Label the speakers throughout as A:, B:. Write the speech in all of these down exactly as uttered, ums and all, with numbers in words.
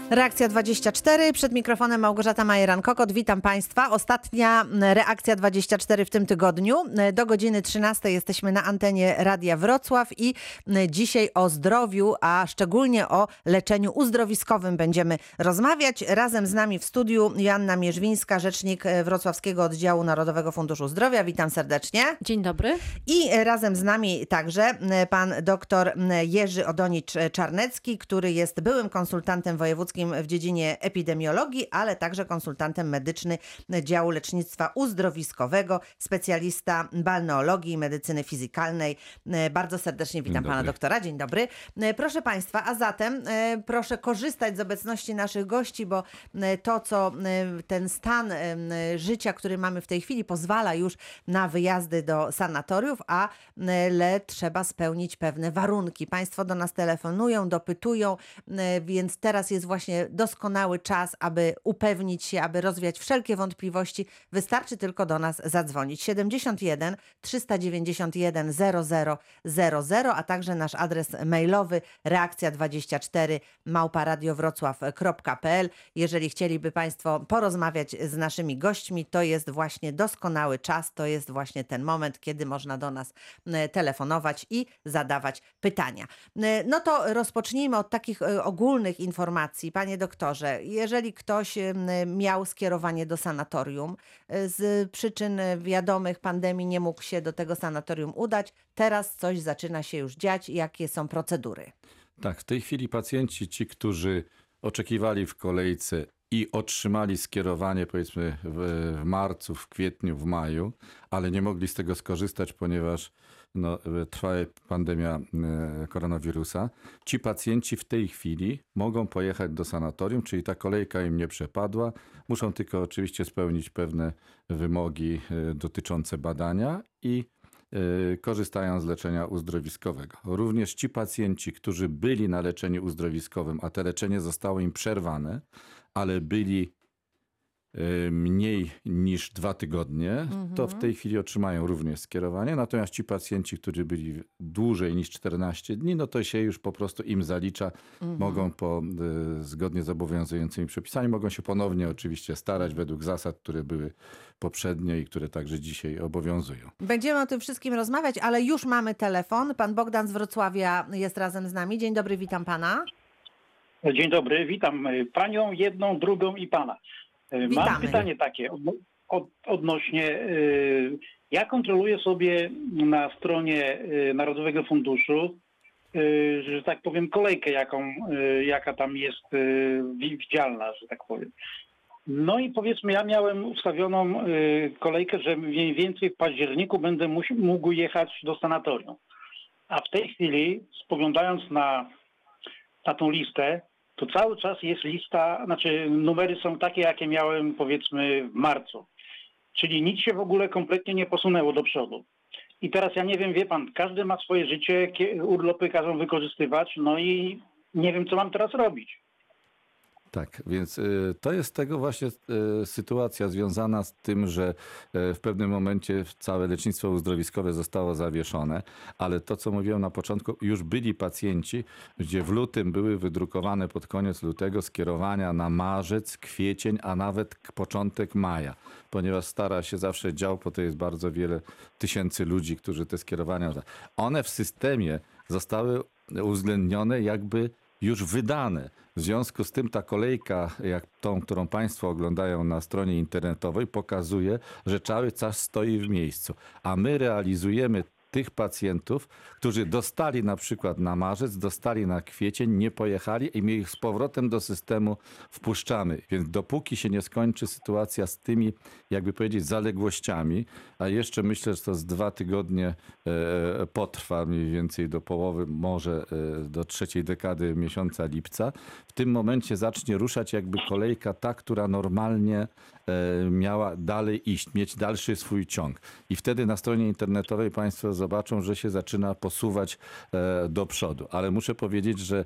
A: Reakcja dwadzieścia cztery, przed mikrofonem Małgorzata Majeran-Kokot. Witam Państwa. Ostatnia Reakcja dwadzieścia cztery w tym tygodniu. Do godziny trzynastej jesteśmy na antenie Radia Wrocław i dzisiaj o zdrowiu, a szczególnie o leczeniu uzdrowiskowym będziemy rozmawiać. Razem z nami w studiu Joanna Mierzwińska, rzecznik Wrocławskiego Oddziału Narodowego Funduszu Zdrowia. Witam serdecznie.
B: Dzień dobry.
A: I razem z nami także pan dr Jerzy Odonicz-Czarnecki, który jest byłym konsultantem wojewódzkim w dziedzinie epidemiologii, ale także konsultantem medyczny działu lecznictwa uzdrowiskowego, specjalista balneologii i medycyny fizykalnej. Bardzo serdecznie witam pana doktora. Dzień dobry. Proszę Państwa, a zatem proszę korzystać z obecności naszych gości, bo to, co ten stan życia, który mamy w tej chwili, pozwala już na wyjazdy do sanatoriów, ale trzeba spełnić pewne warunki. Państwo do nas telefonują, dopytują, więc teraz jest właśnie doskonały czas, aby upewnić się, aby rozwiać wszelkie wątpliwości. Wystarczy tylko do nas zadzwonić. siedemdziesiąt jeden trzysta dziewięćdziesiąt jeden zero zero zero zero, a także nasz adres mailowy reakcja dwadzieścia cztery małpa radiowrocław kropka p l. Jeżeli chcieliby Państwo porozmawiać z naszymi gośćmi, to jest właśnie doskonały czas, to jest właśnie ten moment, kiedy można do nas telefonować i zadawać pytania. No to rozpocznijmy od takich ogólnych informacji. Panie doktorze, jeżeli ktoś miał skierowanie do sanatorium, z przyczyn wiadomych pandemii nie mógł się do tego sanatorium udać, teraz coś zaczyna się już dziać. Jakie są procedury?
C: Tak, w tej chwili pacjenci, ci, którzy oczekiwali w kolejce i otrzymali skierowanie powiedzmy w marcu, w kwietniu, w maju, ale nie mogli z tego skorzystać, ponieważ no, trwa pandemia koronawirusa. Ci pacjenci w tej chwili mogą pojechać do sanatorium, czyli ta kolejka im nie przepadła. Muszą tylko oczywiście spełnić pewne wymogi dotyczące badania i korzystają z leczenia uzdrowiskowego. Również ci pacjenci, którzy byli na leczeniu uzdrowiskowym, a te leczenie zostało im przerwane, ale byli mniej niż dwa tygodnie, mhm. to w tej chwili otrzymają również skierowanie. Natomiast ci pacjenci, którzy byli dłużej niż czternaście dni, no to się już po prostu im zalicza. Mhm. Mogą po, zgodnie z obowiązującymi przepisami, mogą się ponownie oczywiście starać według zasad, które były poprzednio i które także dzisiaj obowiązują.
A: Będziemy o tym wszystkim rozmawiać, ale już mamy telefon. Pan Bogdan z Wrocławia jest razem z nami. Dzień dobry, witam pana.
D: Dzień dobry, witam panią, jedną, drugą i pana. Witamy. Mam pytanie takie od, odnośnie, ja kontroluję sobie na stronie Narodowego Funduszu, że tak powiem, kolejkę, jaką, jaka tam jest widzialna, że tak powiem. No i powiedzmy, ja miałem ustawioną kolejkę, że mniej więcej w październiku będę mógł jechać do sanatorium. A w tej chwili, spoglądając na, na tą listę, to cały czas jest lista, znaczy numery są takie, jakie miałem powiedzmy w marcu. Czyli nic się w ogóle kompletnie nie posunęło do przodu. I teraz ja nie wiem, wie pan, każdy ma swoje życie, urlopy każą wykorzystywać, no i nie wiem, co mam teraz robić.
C: Tak, więc to jest tego właśnie sytuacja związana z tym, że w pewnym momencie całe lecznictwo uzdrowiskowe zostało zawieszone, ale to, co mówiłem na początku, już byli pacjenci, gdzie w lutym były wydrukowane pod koniec lutego skierowania na marzec, kwiecień, a nawet początek maja, ponieważ stara się zawsze dział, bo to jest bardzo wiele tysięcy ludzi, którzy te skierowania, one w systemie zostały uwzględnione jakby już wydane. W związku z tym ta kolejka, jak tą, którą Państwo oglądają na stronie internetowej, pokazuje, że cały czas stoi w miejscu. A my realizujemy tych pacjentów, którzy dostali na przykład na marzec, dostali na kwiecień, nie pojechali i my ich z powrotem do systemu wpuszczamy. Więc dopóki się nie skończy sytuacja z tymi, jakby powiedzieć, zaległościami, a jeszcze myślę, że to z dwa tygodnie e, potrwa mniej więcej do połowy, może e, do trzeciej dekady miesiąca lipca, w tym momencie zacznie ruszać jakby kolejka ta, która normalnie e, miała dalej iść, mieć dalszy swój ciąg. I wtedy na stronie internetowej Państwo zobaczą, że się zaczyna posuwać e, do przodu. Ale muszę powiedzieć, że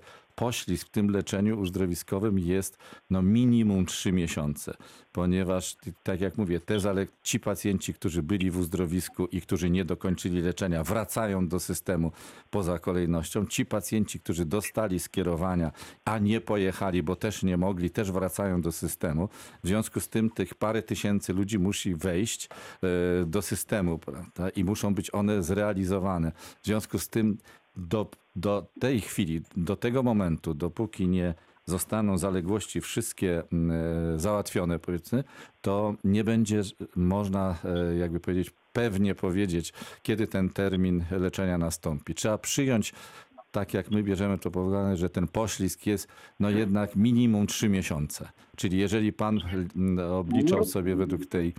C: poślizg w tym leczeniu uzdrowiskowym jest no minimum trzy miesiące, ponieważ tak jak mówię, te zale- ci pacjenci, którzy byli w uzdrowisku i którzy nie dokończyli leczenia, wracają do systemu poza kolejnością. Ci pacjenci, którzy dostali skierowania, a nie pojechali, bo też nie mogli, też wracają do systemu. W związku z tym tych parę tysięcy ludzi musi wejść e, do systemu, prawda? I muszą być one zrealizowane. W związku z tym do, do tej chwili, do tego momentu, dopóki nie zostaną zaległości wszystkie e, załatwione, powiedzmy, to nie będzie można, e, jakby powiedzieć, pewnie powiedzieć, kiedy ten termin leczenia nastąpi. Trzeba przyjąć, tak jak my bierzemy to pod uwagę, że ten poślizg jest no jednak minimum trzy miesiące. Czyli jeżeli pan obliczał sobie według tej,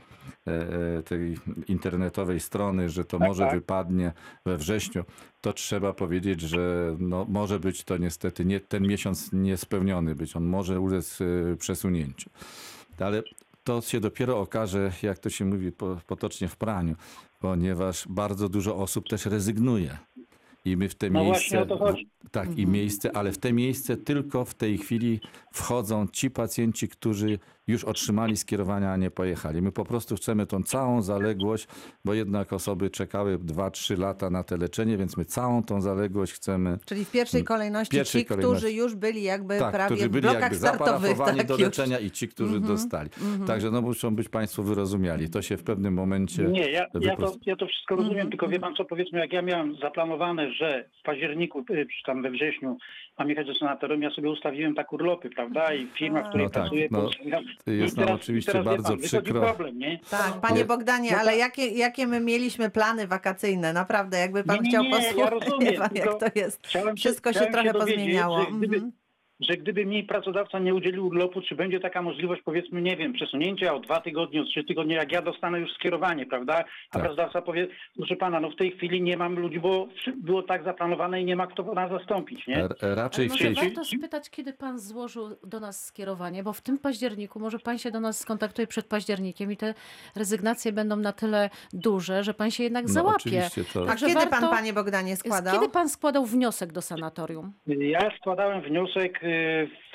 C: e, tej internetowej strony, że to może wypadnie we wrześniu, to trzeba powiedzieć, że no może być to niestety nie, ten miesiąc niespełniony być. On może ulec e, przesunięciu. Ale to się dopiero okaże, jak to się mówi po, potocznie, w praniu, ponieważ bardzo dużo osób też rezygnuje. I my w te
D: No
C: miejsce,
D: właśnie o to chodzi.
C: tak, i miejsce, ale w te miejsce tylko w tej chwili wchodzą ci pacjenci, którzy już otrzymali skierowania, a nie pojechali. My po prostu chcemy tą całą zaległość, bo jednak osoby czekały dwa trzy lata na te leczenie, więc my całą tą zaległość chcemy.
A: Czyli w pierwszej kolejności
C: W pierwszej
A: ci,
C: kolejności.
A: którzy już byli jakby
C: Tak,
A: prawie
C: którzy
A: w
C: byli
A: blokach
C: jakby
A: startowych.
C: zaparafowani
A: Tak
C: do
A: już.
C: leczenia i ci, którzy dostali. Także no muszą być państwo wyrozumiali. To się w pewnym momencie
D: Nie, ja, ja, to,
C: wyprost-
D: ja to wszystko rozumiem, tylko wie pan co, powiedzmy, jak ja miałem zaplanowane, że w październiku, y, czy tam we wrześniu mam jechać do sanatorium, ja sobie ustawiłem tak urlopy, prawda, i firma, w której
C: No tak,
D: pracuję,
C: no,
D: posłucham.
C: jest
D: I
C: nam
D: teraz,
C: oczywiście
D: i teraz, wie
C: bardzo
D: pan, wychodzi
C: przykro.
D: problem, nie?
A: Tak, panie
C: Nie.
A: Bogdanie,
D: No
A: ale
D: tak.
A: jakie, jakie my mieliśmy plany wakacyjne? Naprawdę, jakby pan
D: Nie, nie,
A: chciał
D: nie, ja
A: posłuchać,
D: rozumiem,
A: wie pan, jak
D: tylko
A: to jest.
D: Chciałem się-
A: Wszystko się
D: chciałem
A: trochę
D: dowiedzieć,
A: pozmieniało.
D: Że gdyby,
A: Mhm.
D: że gdyby mi pracodawca nie udzielił urlopu, czy będzie taka możliwość, powiedzmy, nie wiem, przesunięcia o dwa tygodnie, o trzy tygodnie, jak ja dostanę już skierowanie, prawda? A
C: Tak.
D: pracodawca powie, proszę pana, no w tej chwili nie mam ludzi, bo było tak zaplanowane i nie ma kto nas zastąpić, nie?
C: R- raczej
B: Ale
C: w
B: może
C: tej
B: warto spytać, kiedy pan złożył do nas skierowanie, bo w tym październiku może pan się do nas skontaktuje przed październikiem i te rezygnacje będą na tyle duże, że pan się jednak
C: No,
B: załapie.
C: oczywiście to-
A: A
B: Także
A: kiedy pan,
B: warto-
A: panie Bogdanie, składał?
B: Kiedy pan składał wniosek do sanatorium?
D: Ja składałem wniosek y,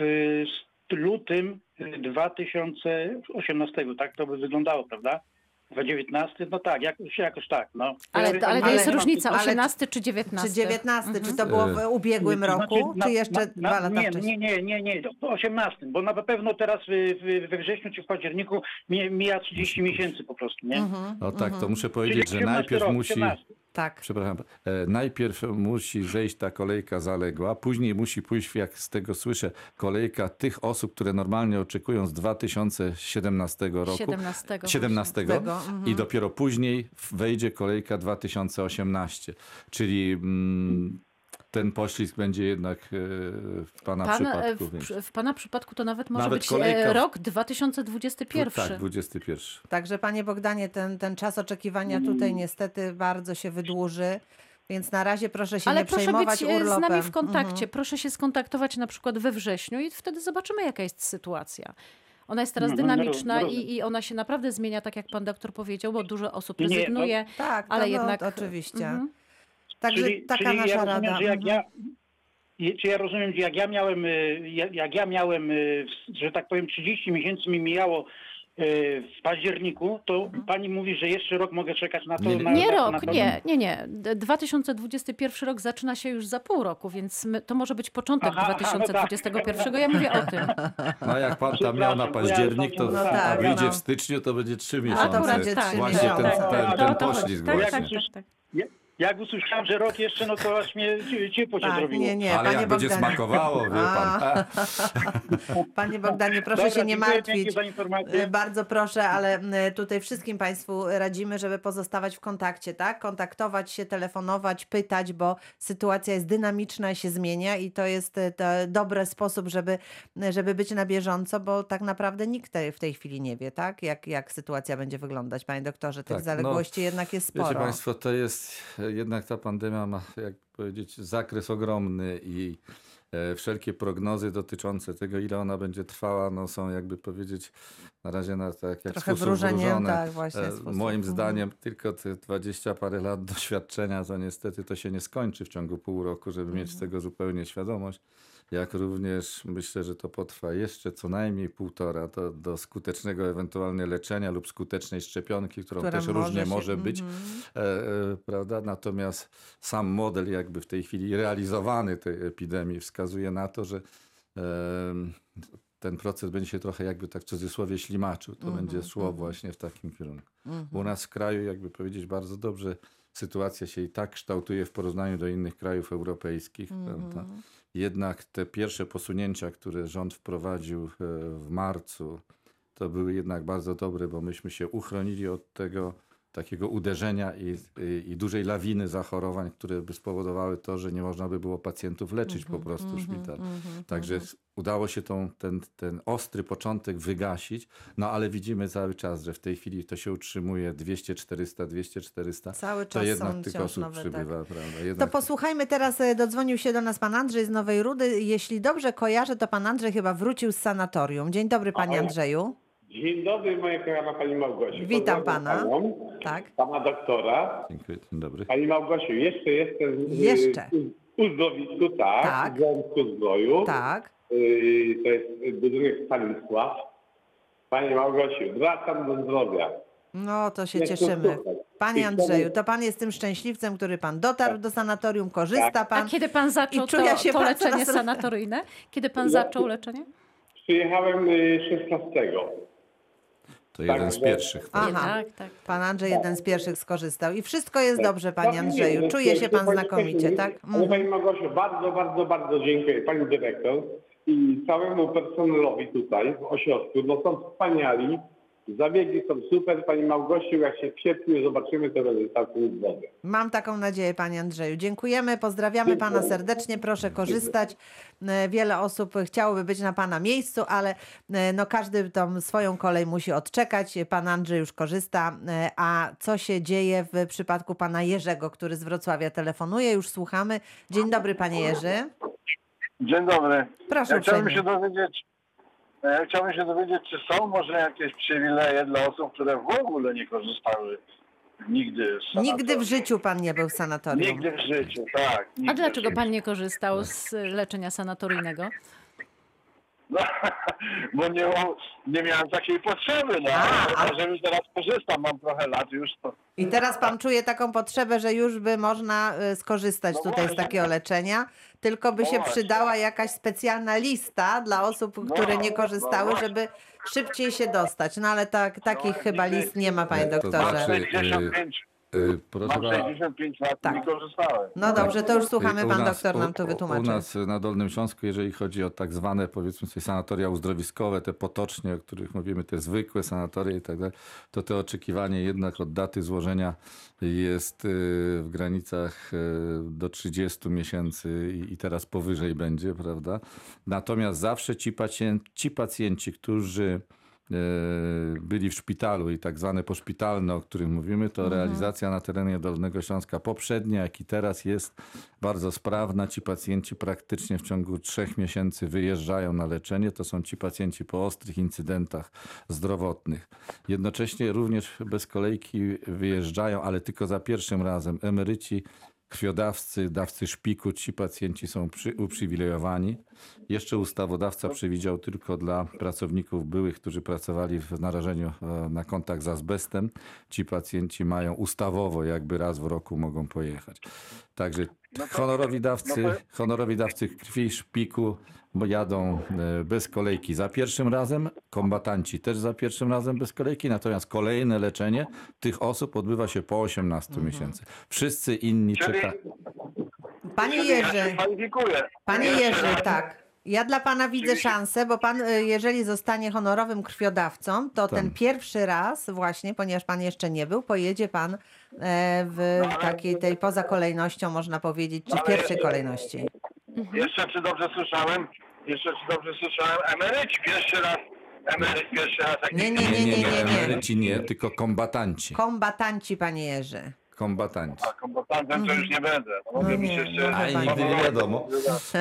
D: w lutym dwa tysiące osiemnastego, tak to by wyglądało, prawda? dwa tysiące dziewiętnasty, no tak, jakoś, jakoś tak, no.
B: Ale,
D: Ja-
B: ale to
A: ale-
B: jest różnica,
A: ale-
B: osiemnasty czy dziewiętnasty?
A: Czy dziewiętnasty?
B: Mhm.
A: Czy to było w ubiegłym
D: Znaczy,
A: roku,
D: na-
A: czy jeszcze
D: na-
A: dwa
D: na-
A: lata
D: nie,
A: wcześniej?
D: Nie, nie, nie, nie, to osiemnastym, bo na pewno teraz w- w- we wrześniu czy w październiku mi- mija trzydzieści miesięcy po prostu, nie?
A: Mhm.
C: No tak, to muszę
D: Czyli
C: powiedzieć, że
D: osiemnasty
C: najpierw
D: rok,
C: musi,
D: osiemnasty.
A: Tak.
C: przepraszam, e, najpierw musi zejść ta kolejka zaległa, później musi pójść, jak z tego słyszę, kolejka tych osób, które normalnie oczekują z dwa tysiące siedemnastego roku.
B: siedemnastego.
C: siedemnastego
A: Tego, mhm.
C: i dopiero później wejdzie kolejka dwa tysiące osiemnasty. Czyli mm, ten poślizg będzie jednak e, w pana
B: Pan, e,
C: przypadku.
B: w,
C: więc-
B: przy- w pana przypadku to nawet może
C: Nawet
B: być
C: kolejka
B: e,
C: w-
B: rok dwa tysiące dwudziesty pierwszy.
C: Tak, dwudziesty pierwszy.
A: Także panie Bogdanie, ten, ten czas oczekiwania tutaj niestety bardzo się wydłuży, więc na razie proszę się
B: Ale
A: nie
B: proszę
A: przejmować
B: być e,
A: urlopem.
B: z nami w kontakcie.
A: Mhm.
B: Proszę się skontaktować na przykład we wrześniu i wtedy zobaczymy, jaka jest sytuacja. Ona jest teraz
D: Mhm, no,
B: dynamiczna
D: rozumiem.
B: i, i ona się naprawdę zmienia, tak jak pan doktor powiedział, bo dużo osób
D: Nie, no-
B: rezygnuje,
A: Tak, to
B: ale
A: no,
B: jednak...
A: oczywiście.
B: Mhm.
A: Także
D: Czyli,
A: taka
D: czyli
A: nasza
D: ja rozumiem,
A: rada.
D: że jak
A: Mhm.
D: ja, je- czy ja rozumiem, że jak ja miałem, y, jak, jak ja miałem, y, w- że tak powiem, trzydzieści miesięcy mi mijało y, w październiku, to
A: Mhm.
D: pani mówi, że jeszcze rok mogę czekać na to.
C: Nie, nie.
D: na,
B: Nie
D: na,
B: rok,
D: na to,
B: nie, nie, nie. D- dwa tysiące dwudziesty pierwszy rok zaczyna się już za pół roku, więc my, to może być początek
D: Aha, aha,
B: dwa tysiące dwudziestego pierwszego. Ja mówię o tym.
C: No jak pan tam miał na
D: Przepraszam, bo ja
C: październik, to
D: no
A: tak,
C: a wyjdzie
A: no.
C: w styczniu, to będzie trzy
A: to
C: miesiące.
A: będzie trzy
C: Właśnie ten,
A: miesiące.
C: ten,
D: Tak,
C: ten
B: to- to-
C: poślizg
B: tak,
C: właśnie.
B: tak, tak, tak.
D: Jak usłyszałem, że rok jeszcze, no to aż mnie cie- ciepło się
A: Tak,
D: zrobiło.
A: nie, nie,
C: Ale
A: panie
C: jak będzie
A: Bogdanie.
C: smakowało, wie pan.
A: A. Panie Bogdanie, proszę
D: Dobra,
A: się nie
D: dziękuję
A: martwić.
D: pięknie za informację.
A: Y, Bardzo proszę, ale y, tutaj wszystkim Państwu radzimy, żeby pozostawać w kontakcie, tak? Kontaktować się, telefonować, pytać, bo sytuacja jest dynamiczna i się zmienia i to jest y, to dobry sposób, żeby, żeby być na bieżąco, bo tak naprawdę nikt te, w tej chwili nie wie, tak? Jak, jak sytuacja będzie wyglądać. Panie doktorze, tych
C: Tak,
A: zaległości jednak jest sporo.
C: Wiecie państwo, to jest jednak ta pandemia ma, jak powiedzieć, zakres ogromny i e, wszelkie prognozy dotyczące tego, ile ona będzie trwała, no są jakby powiedzieć na razie na tak jak
A: Trochę
C: z fusów
A: wróżenie,
C: wróżone.
A: tak, właśnie,
C: E,
A: z fusów.
C: Moim
A: Mhm.
C: zdaniem tylko te dwadzieścia parę lat doświadczenia, to niestety to się nie skończy w ciągu pół roku, żeby mieć z tego zupełnie świadomość. jak również myślę, że to potrwa jeszcze co najmniej półtora do, do skutecznego ewentualnie leczenia lub skutecznej szczepionki, którą
A: Która
C: też
A: może
C: różnie
A: się-
C: może być,
A: mhm.
C: e, e, prawda? Natomiast sam model jakby w tej chwili realizowany tej epidemii wskazuje na to, że em, ten proces będzie się trochę jakby tak w cudzysłowie ślimaczył. To będzie szło właśnie w takim kierunku. U nas w kraju, jakby powiedzieć, bardzo dobrze sytuacja się i tak kształtuje w porównaniu do innych krajów europejskich. Prawda? Jednak te pierwsze posunięcia, które rząd wprowadził e, w marcu, to były jednak bardzo dobre, bo myśmy się uchronili od tego takiego uderzenia i, i, i dużej lawiny zachorowań, które by spowodowały to, że nie można by było pacjentów leczyć po prostu w szpitalu. Także udało się tą, ten, ten ostry początek wygasić, no ale widzimy cały czas, że w tej chwili to się utrzymuje dwieście czterysta, dwieście czterysta.
A: Cały
C: To
A: czas
C: jednak
A: są
C: tych
A: wciąż
C: osób
A: nowe,
C: przybywa,
A: tak.
C: prawda?
A: To
C: Jednak
A: posłuchajmy teraz, e, dodzwonił się do nas pan Andrzej z Nowej Rudy. Jeśli dobrze kojarzę, to pan Andrzej chyba wrócił z sanatorium. Dzień dobry, panie
E: Ahoj.
A: Andrzeju.
E: Dzień dobry, moja kochana pani Małgosiu.
A: Witam
E: Pozdrawiam
A: pana.
E: Panią,
A: Tak.
E: pana doktora.
C: Dziękuję, dzień dobry.
E: Pani Małgosiu, jeszcze jestem w
A: Jeszcze.
E: u- uzdrowisku, tak,
A: Tak.
E: w Złomsku Zdroju.
A: Tak.
E: Yy, to jest budynek Stanisław. Pani Małgosiu, wracam do zdrowia.
A: No, to się
E: Jest to
A: cieszymy.
E: super.
A: Panie
E: I
A: Andrzeju,
E: wtedy-
A: to pan jest tym szczęśliwcem, który pan dotarł do sanatorium, korzysta
E: Tak.
B: A
A: pan.
B: kiedy pan zaczął
A: I czuje
B: to,
A: się
B: to
A: pan
B: leczenie
A: coraz-
B: sanatoryjne? Kiedy pan zaczął leczenie?
E: Przyjechałem y, szesnastego.
C: To jeden z
E: że-
C: pierwszych.
A: Aha.
B: Nie, tak, tak.
A: Pan Andrzej jeden z pierwszych skorzystał. I wszystko jest dobrze,
E: No,
A: panie
E: nie,
A: Andrzeju.
E: no,
A: Czuje się pan
E: pani
A: znakomicie,
E: Stasiu,
A: tak?
E: Ale
A: Mhm.
E: pani Małgosiu, bardzo, bardzo, bardzo dziękuję pani dyrektor i całemu personelowi tutaj w ośrodku. No są wspaniali, zabiegi są super. Pani Małgosiu, jak się w sierpniu zobaczymy, to będę całkiem zdrowy.
A: Mam taką nadzieję, panie Andrzeju. Dziękujemy, pozdrawiamy pana serdecznie, proszę korzystać. E, Wiele osób chciałoby być na pana miejscu, ale e, no każdy tą swoją kolej musi odczekać. Pan Andrzej już korzysta. E, A co się dzieje w przypadku pana Jerzego, który z Wrocławia telefonuje? Już słuchamy. Dzień dobry, panie Jerzy.
F: Dzień dobry.
A: Proszę
F: Ja chciałbym
A: uprzejmie.
F: się dowiedzieć, ja chciałbym się dowiedzieć, czy są może jakieś przywileje dla osób, które w ogóle nie korzystały nigdy z
A: Nigdy w
F: sanatorium.
A: życiu pan nie był w sanatorium.
F: Nigdy w życiu, tak. Nigdy
B: A dlaczego
F: w
B: pan nie korzystał z leczenia sanatoryjnego?
F: No, bo nie, nie miałem takiej potrzeby, no.
A: A, a-
F: Może już teraz korzystam, mam trochę lat już. To...
A: I teraz pan czuje taką potrzebę, że już by można y, skorzystać
F: No
A: tutaj z
F: właśnie.
A: takiego leczenia, tylko by
F: No
A: się
F: właśnie.
A: przydała jakaś specjalna lista dla osób, które nie
F: no
A: korzystały,
F: właśnie.
A: żeby szybciej się dostać. No ale tak, takich
F: ale
A: chyba
F: nigdy-
A: list nie ma, panie
C: To
A: doktorze.
C: znaczy-
F: sześćdziesiąt pięć,
C: Y, Proszę
F: mam
C: pana,
F: sześćdziesiąt pięć lat
A: Tak.
F: i nie korzystałem.
A: No dobrze, to już słuchamy,
C: U
A: pan
C: nas-
A: doktor nam
C: u-
A: to
C: u-
A: wytłumaczy.
C: U nas na Dolnym Śląsku, jeżeli chodzi o tak zwane, powiedzmy sobie, sanatoria uzdrowiskowe, te potocznie, o których mówimy, te zwykłe sanatoria i tak dalej, to te oczekiwanie jednak od daty złożenia jest y, w granicach y, do trzydziestu miesięcy i, i teraz powyżej będzie, prawda? Natomiast zawsze ci pacjenci, ci pacjenci, którzy e, byli w szpitalu i tak zwane poszpitalne, o których mówimy, to realizacja na terenie Dolnego Śląska poprzednia, jak i teraz jest bardzo sprawna. Ci pacjenci praktycznie w ciągu trzech miesięcy wyjeżdżają na leczenie. To są ci pacjenci po ostrych incydentach zdrowotnych. Jednocześnie również bez kolejki wyjeżdżają, ale tylko za pierwszym razem emeryci, krwiodawcy, dawcy szpiku, ci pacjenci są przy, uprzywilejowani. Jeszcze ustawodawca przewidział tylko dla pracowników byłych, którzy pracowali w narażeniu e, na kontakt z azbestem. Ci pacjenci mają ustawowo, jakby raz w roku mogą pojechać. Także honorowi dawcy,
F: no to-
C: honorowi dawcy krwi, szpiku bo jadą e, bez kolejki za pierwszym razem, kombatanci też za pierwszym razem bez kolejki, natomiast kolejne leczenie tych osób odbywa się po osiemnastu miesięcy. Wszyscy inni
F: Czyli-
C: czekają.
A: Panie
F: Czyli ja się
A: Jerzy,
F: kwalifikuję.
A: panie
F: Jeszcze
A: Jerzy,
F: raz.
A: tak. Ja dla pana widzę
F: Czyli-
A: szansę, bo pan, y, jeżeli zostanie honorowym krwiodawcą, to
C: Tak.
A: ten pierwszy raz właśnie, ponieważ pan jeszcze nie był, pojedzie pan e, w
F: No, ale-
A: takiej tej poza kolejnością, można powiedzieć, czy w
F: ale
A: pierwszej
F: jeszcze-
A: kolejności.
F: Jeszcze czy dobrze słyszałem? Jeszcze czy dobrze słyszałem? Emeryci pierwszy raz. Emeryt pierwszy raz. jak-
A: Nie, nie,
C: Nie, nie, nie,
A: nie, nie.
C: emeryci nie, tylko kombatanci.
A: Kombatanci, panie Jerzy.
C: Kombatanci.
F: A kombastantem to już nie będę.
A: No
F: Mogę
A: nie,
F: być jeszcze...
A: no
C: A
A: chyba
C: nigdy
A: nie.
C: nie wiadomo.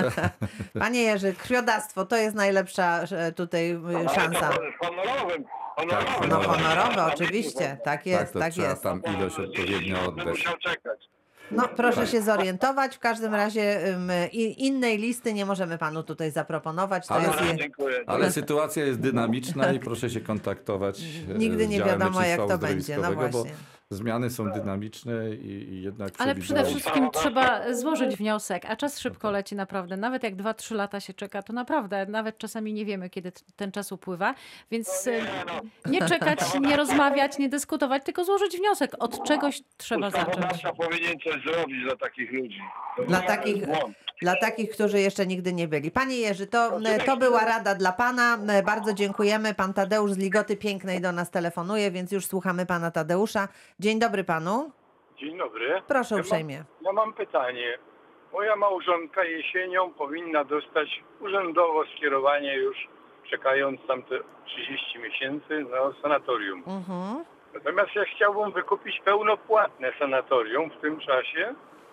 A: Panie Jerzy, krwiodawstwo to jest najlepsza e, tutaj y,
F: Ale
A: szansa.
F: to Honorowym. Honorowym.
A: No
C: honorowe.
A: honorowe, oczywiście, tak
C: Tak,
A: jest,
C: to
A: tak
C: trzeba
A: jest.
C: tam ilość odpowiednio
F: Będę
C: oddać.
F: musiał czekać.
A: No proszę
C: Tak.
A: się zorientować. W każdym razie ym, i- innej listy nie możemy panu tutaj zaproponować. To
C: Ale-
A: jest
F: Dobra,
A: je...
F: dziękuję.
C: Ale sytuacja jest dynamiczna i proszę się kontaktować e,
A: Nigdy
C: z
A: nie
C: działem
A: wiadomo, jak
C: lecznictwa
A: to będzie. No
C: uzdrowiskowego,
A: właśnie.
C: bo zmiany są dynamiczne i, i jednak
B: Ale przede
C: przewidziałem-
B: wszystkim trzeba złożyć wniosek, a czas szybko leci naprawdę. Nawet jak dwa trzy lata się czeka, to naprawdę nawet czasami nie wiemy, kiedy t- ten czas upływa. Więc e, nie czekać, nie rozmawiać, nie dyskutować, tylko złożyć wniosek. Od czegoś trzeba zacząć.
F: Ustawodawca powinien coś zrobić dla takich ludzi. To
A: Dla
F: jest
A: takich-
F: błąd.
A: Dla takich, którzy jeszcze nigdy nie byli. Panie Jerzy, to, to była rada dla pana. Bardzo dziękujemy. Pan Tadeusz z Ligoty Pięknej do nas telefonuje, więc już słuchamy pana Tadeusza. Dzień dobry panu.
G: Dzień dobry.
A: Proszę
G: Ja
A: uprzejmie.
G: mam, ja mam pytanie. Moja małżonka jesienią powinna dostać urzędowo skierowanie już czekając tam te trzydzieści miesięcy na sanatorium.
A: Mhm.
G: Natomiast ja chciałbym wykupić pełnopłatne sanatorium w tym czasie.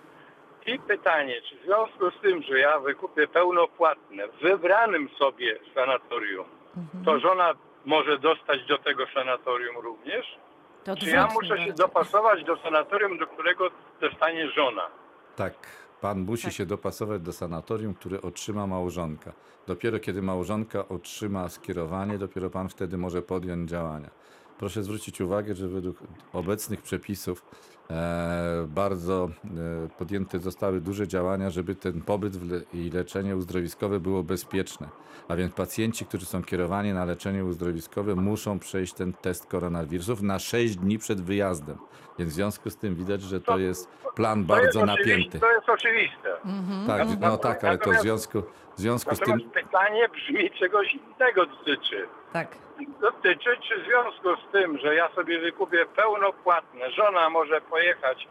G: I pytanie, czy w związku z tym, że ja wykupię pełnopłatne w wybranym sobie sanatorium, to żona może dostać do tego sanatorium również?
B: To
G: Czy ja
B: odwrotnie
G: muszę się
B: bardzo.
G: dopasować do sanatorium, do którego dostanie żona?
C: Tak, pan musi
B: Tak.
C: się dopasować do sanatorium, które otrzyma małżonka. Dopiero kiedy małżonka otrzyma skierowanie, dopiero pan wtedy może podjąć działania. Proszę zwrócić uwagę, że według obecnych przepisów e, bardzo e, podjęte zostały duże działania, żeby ten pobyt w le i leczenie uzdrowiskowe było bezpieczne. A więc pacjenci, którzy są kierowani na leczenie uzdrowiskowe, muszą przejść ten test koronawirusów na sześć dni przed wyjazdem. Więc w związku z tym widać, że to jest plan
G: To jest
C: bardzo
G: oczywi-
C: napięty.
G: To jest oczywiste.
C: Tak, no tak, ale to w związku, w związku z tym...
G: Natomiast pytanie brzmi, czegoś innego dotyczy.
A: Tak.
G: Dotyczy, czy w związku z tym, że ja sobie wykupię pełnopłatne, żona może pojechać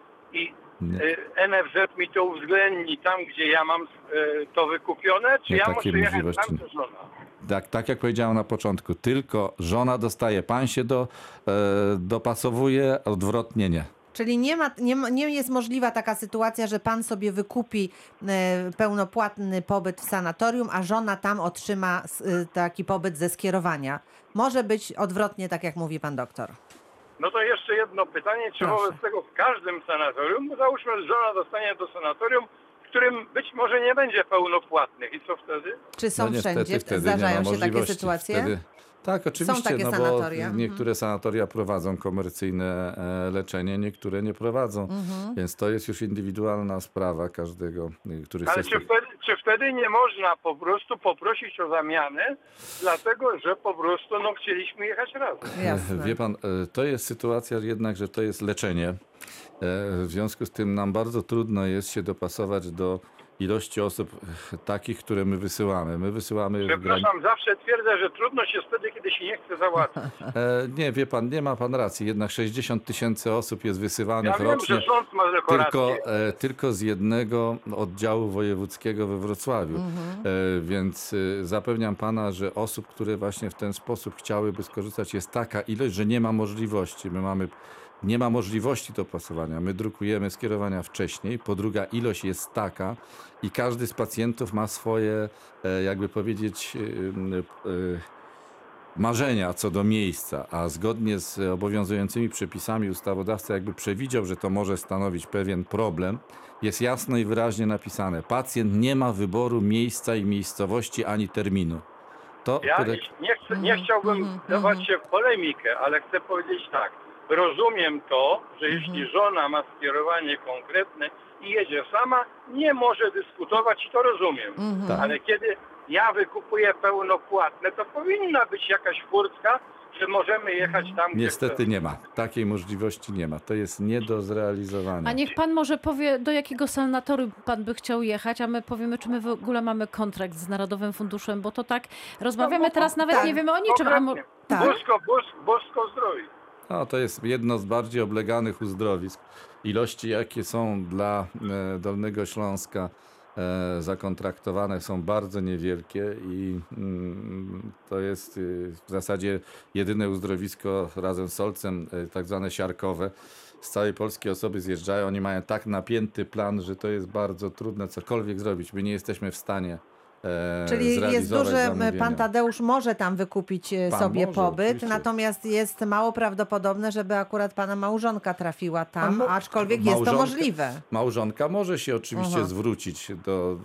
G: i
C: Nie.
G: y, N F Z mi to uwzględni tam, gdzie ja mam y, to wykupione, czy
C: Nie,
G: ja
C: takiej
G: muszę jechać
C: możliwości
G: tam,
C: nie.
G: czy żona?
C: Tak, tak jak powiedziałem na początku, tylko żona dostaje, pan się do, e, dopasowuje, odwrotnie nie.
A: Czyli nie, ma, nie, ma- nie jest możliwa taka sytuacja, że pan sobie wykupi e, pełnopłatny pobyt w sanatorium, a żona tam otrzyma s- e, taki pobyt ze skierowania. Może być odwrotnie, tak jak mówi pan doktor.
G: No to jeszcze jedno pytanie, czy
A: Proszę.
G: wobec tego w każdym sanatorium, bo załóżmy, że żona dostanie do sanatorium, w którym być może nie będzie pełnopłatnych i co wtedy?
A: Czy są
C: No niestety
A: wszędzie?
C: wtedy nie ma
A: Zdarzają się takie
C: możliwości.
A: sytuacje?
C: Wtedy, tak, oczywiście,
A: takie
C: no
A: sanatoria.
C: bo niektóre sanatoria prowadzą komercyjne e, leczenie, niektóre nie prowadzą.
A: Mhm.
C: Więc to jest już indywidualna sprawa każdego, y, który
G: Ale
C: chce...
G: czy wtedy, czy wtedy nie można po prostu poprosić o zamianę, dlatego że po prostu no, chcieliśmy jechać razem?
A: Jasne.
C: Wie pan, e, to jest sytuacja jednak, że to jest leczenie. E, W związku z tym nam bardzo trudno jest się dopasować do ilości osób e, takich, które my wysyłamy. My wysyłamy... w grani-
G: Przepraszam, zawsze twierdzę, że trudno się wtedy, kiedy się nie chce załatwić.
C: E, Nie, wie pan, nie ma pan racji. Jednak sześćdziesiąt tysięcy osób jest wysyłanych
G: Ja wiem,
C: rocznie.
G: że rząd ma tylko
C: Tylko,
G: rację.
C: e, tylko z jednego oddziału wojewódzkiego we Wrocławiu. E, więc e, zapewniam pana, że osób, które właśnie w ten sposób chciałyby skorzystać, jest taka ilość, że nie ma możliwości. My mamy, nie ma możliwości dopasowania. My drukujemy skierowania wcześniej. Po druga, ilość jest taka i każdy z pacjentów ma swoje, e, jakby powiedzieć, e, e, marzenia co do miejsca, a zgodnie z obowiązującymi przepisami ustawodawca jakby przewidział, że to może stanowić pewien problem, jest jasno i wyraźnie napisane. Pacjent nie ma wyboru miejsca i miejscowości ani terminu. To,
G: Ja
C: które-
G: nie, chcę, nie chciałbym
A: mhm,
G: dawać się w polemikę, ale chcę powiedzieć tak. Rozumiem to, że jeśli żona ma skierowanie konkretne i jedzie sama, nie może dyskutować i to rozumiem.
A: Mhm.
G: Ale kiedy ja wykupuję pełnopłatne, to powinna być jakaś furtka, że możemy jechać tam, gdzie
C: Niestety
G: chcemy.
C: nie ma. Takiej możliwości nie ma. To jest nie do zrealizowania.
B: A niech pan może powie, do jakiego sanatorium pan by chciał jechać, a my powiemy, czy my w ogóle mamy kontrakt z Narodowym Funduszem, bo to tak rozmawiamy teraz, nawet
A: tak.
B: nie wiemy o niczym. A mo-
G: Konkretnie.
A: Tak.
G: Bosko, bos, bosko zdrowie.
C: No, to jest jedno z bardziej obleganych uzdrowisk. Ilości, jakie są dla e, Dolnego Śląska e, zakontraktowane, są bardzo niewielkie i mm, to jest y, w zasadzie jedyne uzdrowisko razem z Solcem, e, tak zwane siarkowe. Z całej Polski osoby zjeżdżają, oni mają tak napięty plan, że to jest bardzo trudne cokolwiek zrobić. My nie jesteśmy w stanie e,
A: Czyli jest
C: zrealizować
A: duże,
C: zamówienia.
A: pan Tadeusz może tam wykupić e,
C: Pan
A: sobie
C: może,
A: pobyt,
C: oczywiście.
A: natomiast jest mało prawdopodobne, żeby akurat pana małżonka trafiła tam,
C: mo-
A: aczkolwiek jest to
C: Małżonka-
A: możliwe.
C: Małżonka może się oczywiście
A: Aha.
C: zwrócić do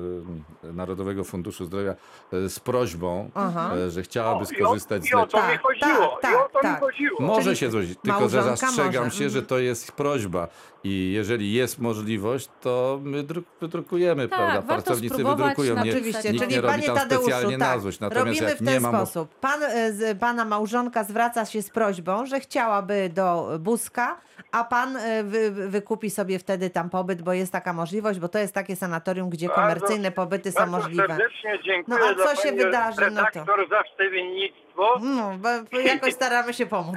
C: e, Narodowego Funduszu Zdrowia e, z prośbą,
A: Aha.
C: e, że chciałaby
G: O,
C: skorzystać z
G: I o, i o to
C: leczenia.
G: mi
A: Tak,
G: chodziło.
A: tak,
G: I o to
A: tak,
G: mi chodziło.
C: Może
A: Czyli
C: się złożyć, tylko że
A: małżonka
C: zastrzegam
A: może.
C: się, że to jest prośba i jeżeli jest możliwość, to my druk- wydrukujemy,
B: Tak,
C: prawda?
B: warto
C: Pracownicy
B: spróbować,
C: wydrukują. Nie,
A: Oczywiście,
C: nikt
A: czyli
C: nie robi
A: panie
C: tam
A: Tadeuszu,
C: specjalnie na
A: tak,
C: złość. Natomiast
A: robimy
C: jak
A: w
C: nie
A: ten
C: ma mo-
A: sposób. Pan, e, z, pana małżonka zwraca się z prośbą, że chciałaby do Buska, a pan e, wy, wykupi sobie wtedy tam pobyt, bo jest taka możliwość, bo to jest takie sanatorium, gdzie
G: Bardzo-
A: komercyjne pobyty są
G: Bardzo
A: możliwe.
G: serdecznie dziękuję
A: No, a
G: za
A: co się
G: pani
A: wydarzy, no to-
G: redaktor za wstawiennictwo.
A: No, bo bo jakoś staramy się pomóc.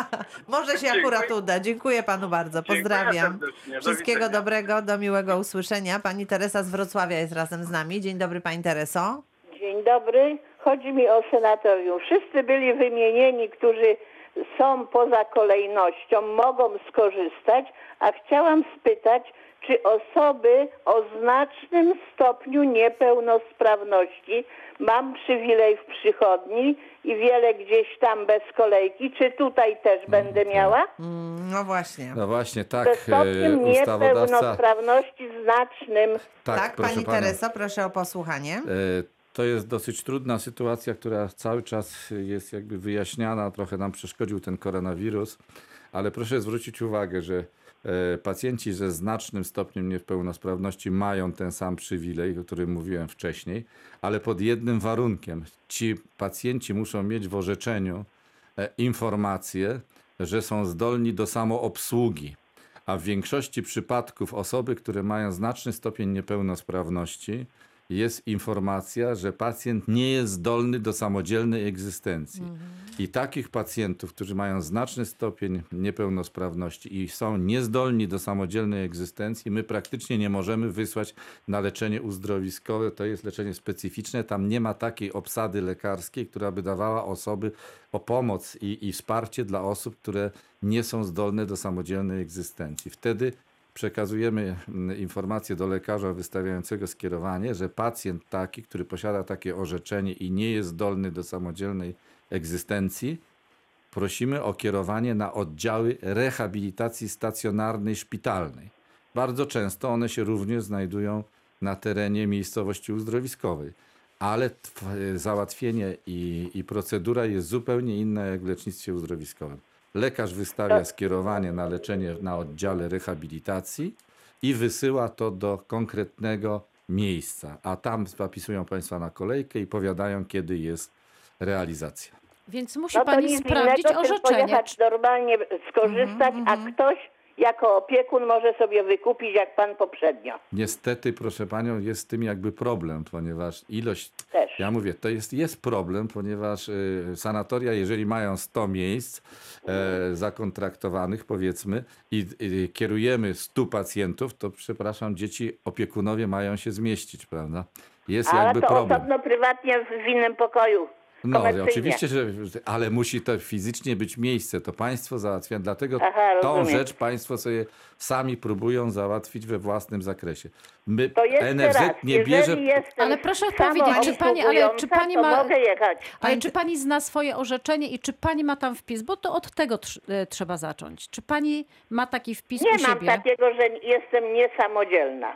A: Może się
G: Dziękuję.
A: akurat uda. Dziękuję panu bardzo.
G: Dziękuję
A: Pozdrawiam.
G: serdecznie. Do
A: Wszystkiego
G: widzenia.
A: dobrego, do miłego usłyszenia. Pani Teresa z Wrocławia jest razem z nami. Dzień dobry, pani Tereso.
H: Dzień dobry. Chodzi mi o senatorium. Wszyscy byli wymienieni, którzy są poza kolejnością, mogą skorzystać, a chciałam spytać, czy osoby o znacznym stopniu niepełnosprawności, mam przywilej w przychodni i wiele gdzieś tam bez kolejki, czy tutaj też będę miała?
A: Mm, no właśnie.
C: No właśnie,
H: Ze
C: tak, e,
H: stopniem
C: ustawodawca...
H: niepełnosprawności znacznym.
A: Tak,
C: proszę
A: pani
C: pana.
A: Tereso, proszę o posłuchanie.
C: E, To jest dosyć trudna sytuacja, która cały czas jest jakby wyjaśniana. Trochę nam przeszkodził ten koronawirus, ale proszę zwrócić uwagę, że e, pacjenci ze znacznym stopniem niepełnosprawności mają ten sam przywilej, o którym mówiłem wcześniej, ale pod jednym warunkiem. Ci pacjenci muszą mieć w orzeczeniu e, informację, że są zdolni do samoobsługi. A w większości przypadków osoby, które mają znaczny stopień niepełnosprawności, jest informacja, że pacjent nie jest zdolny do samodzielnej egzystencji. I takich pacjentów, którzy mają znaczny stopień niepełnosprawności i są niezdolni do samodzielnej egzystencji, my praktycznie nie możemy wysłać na leczenie uzdrowiskowe. To jest leczenie specyficzne. Tam nie ma takiej obsady lekarskiej, która by dawała osoby o pomoc i, i wsparcie dla osób, które nie są zdolne do samodzielnej egzystencji. Wtedy przekazujemy mm, informację do lekarza wystawiającego skierowanie, że pacjent taki, który posiada takie orzeczenie i nie jest zdolny do samodzielnej egzystencji, prosimy o kierowanie na oddziały rehabilitacji stacjonarnej, szpitalnej. Bardzo często one się również znajdują na terenie miejscowości uzdrowiskowej, ale tw- załatwienie i, i procedura jest zupełnie inna jak w lecznictwie uzdrowiskowym. Lekarz wystawia skierowanie na leczenie na oddziale rehabilitacji i wysyła to do konkretnego miejsca, a tam zapisują Państwa na kolejkę i powiadają, kiedy jest realizacja.
B: Więc musi
H: No to
B: pani
H: nic
B: sprawdzić
H: innego, tylko
B: orzeczenie.
H: jechać normalnie, skorzystać, a ktoś jako opiekun może sobie wykupić, jak pan poprzednio.
C: Niestety, proszę Panią, jest z tym jakby problem, ponieważ ilość,
H: Też.
C: ja mówię, to jest, jest problem, ponieważ y, sanatoria, jeżeli mają sto miejsc e, zakontraktowanych, powiedzmy, i y, kierujemy stu pacjentów, to przepraszam, dzieci, opiekunowie mają się zmieścić, prawda? Jest
H: Ale
C: jakby
H: to
C: problem.
H: osobno, prywatnie w w innym pokoju.
C: No,
H: komercyjnie.
C: oczywiście, że, ale musi to fizycznie być miejsce, to państwo załatwia, dlatego
H: Aha,
C: tą
H: rozumiem.
C: rzecz państwo sobie sami próbują załatwić we własnym zakresie. My,
H: To jeszcze
C: N F Z
H: raz,
C: nie
H: jeżeli
C: bierze...
H: jestem
B: Ale proszę powiedzieć, czy pani- ale czy pani
H: to
B: ma-
H: mogę jechać.
B: Ale czy pani zna swoje orzeczenie i czy pani ma tam wpis? Bo to od tego tr- e, trzeba zacząć. Czy pani ma taki wpis
H: Nie
B: u
H: mam
B: siebie?
H: takiego, że jestem niesamodzielna.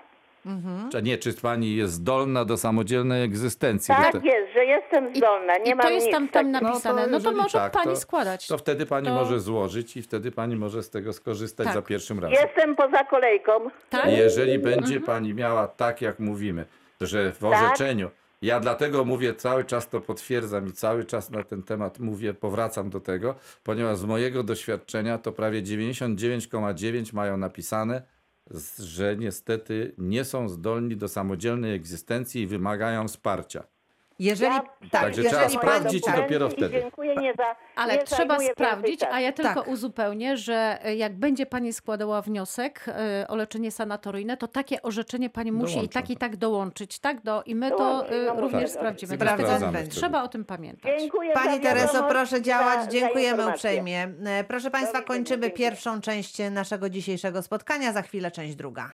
C: Czy nie, czy pani jest zdolna do samodzielnej egzystencji?
H: Tak
C: Bo to-
H: jest, że jestem zdolna. Nie
B: I
H: mam
B: to jest
H: nic
B: tam, tam
H: takiego.
B: napisane. No to,
C: jeżeli
B: może
C: tak,
B: pani
C: to-
B: składać.
C: To wtedy pani
B: To-
C: może złożyć i wtedy pani może z tego skorzystać
B: Tak.
C: za pierwszym razem.
H: Jestem poza kolejką.
B: Tak?
C: Jeżeli będzie pani miała tak, jak mówimy, że w
H: Tak.
C: orzeczeniu, ja dlatego mówię, cały czas to potwierdzam i cały czas na ten temat mówię, powracam do tego, ponieważ z mojego doświadczenia to prawie dziewięćdziesiąt dziewięć przecinek dziewięć mają napisane, z- że niestety nie są zdolni do samodzielnej egzystencji i wymagają wsparcia.
A: Jeżeli,
H: Ja
A: tak,
C: Także
A: jeżeli
C: trzeba
A: pani,
C: sprawdzić i
A: tak,
C: dopiero
H: I
C: wtedy.
H: dziękuję, nie za,
B: Ale
H: nie
B: trzeba
H: zajmuję
B: sprawdzić,
H: więcej
B: a ja tylko
A: Tak.
B: uzupełnię, że jak będzie pani składała wniosek e, o leczenie sanatoryjne, to takie orzeczenie pani musi i
C: Dołączam.
B: tak i tak dołączyć, tak? Do, I my to
H: Dołączyć,
B: e,
H: no
B: również
H: tak.
B: sprawdzimy.
A: Sprawdzamy
B: Dlatego
A: będzie.
B: trzeba o tym pamiętać.
H: Dziękuję
A: Pani
H: za
A: Tereso,
H: wiadomość,
A: proszę działać.
H: za- za
A: Dziękujemy
H: informację.
A: uprzejmie. E, Proszę Państwa,
H: widzenia,
A: kończymy
H: dziękuję.
A: pierwszą część naszego dzisiejszego spotkania. Za chwilę część druga.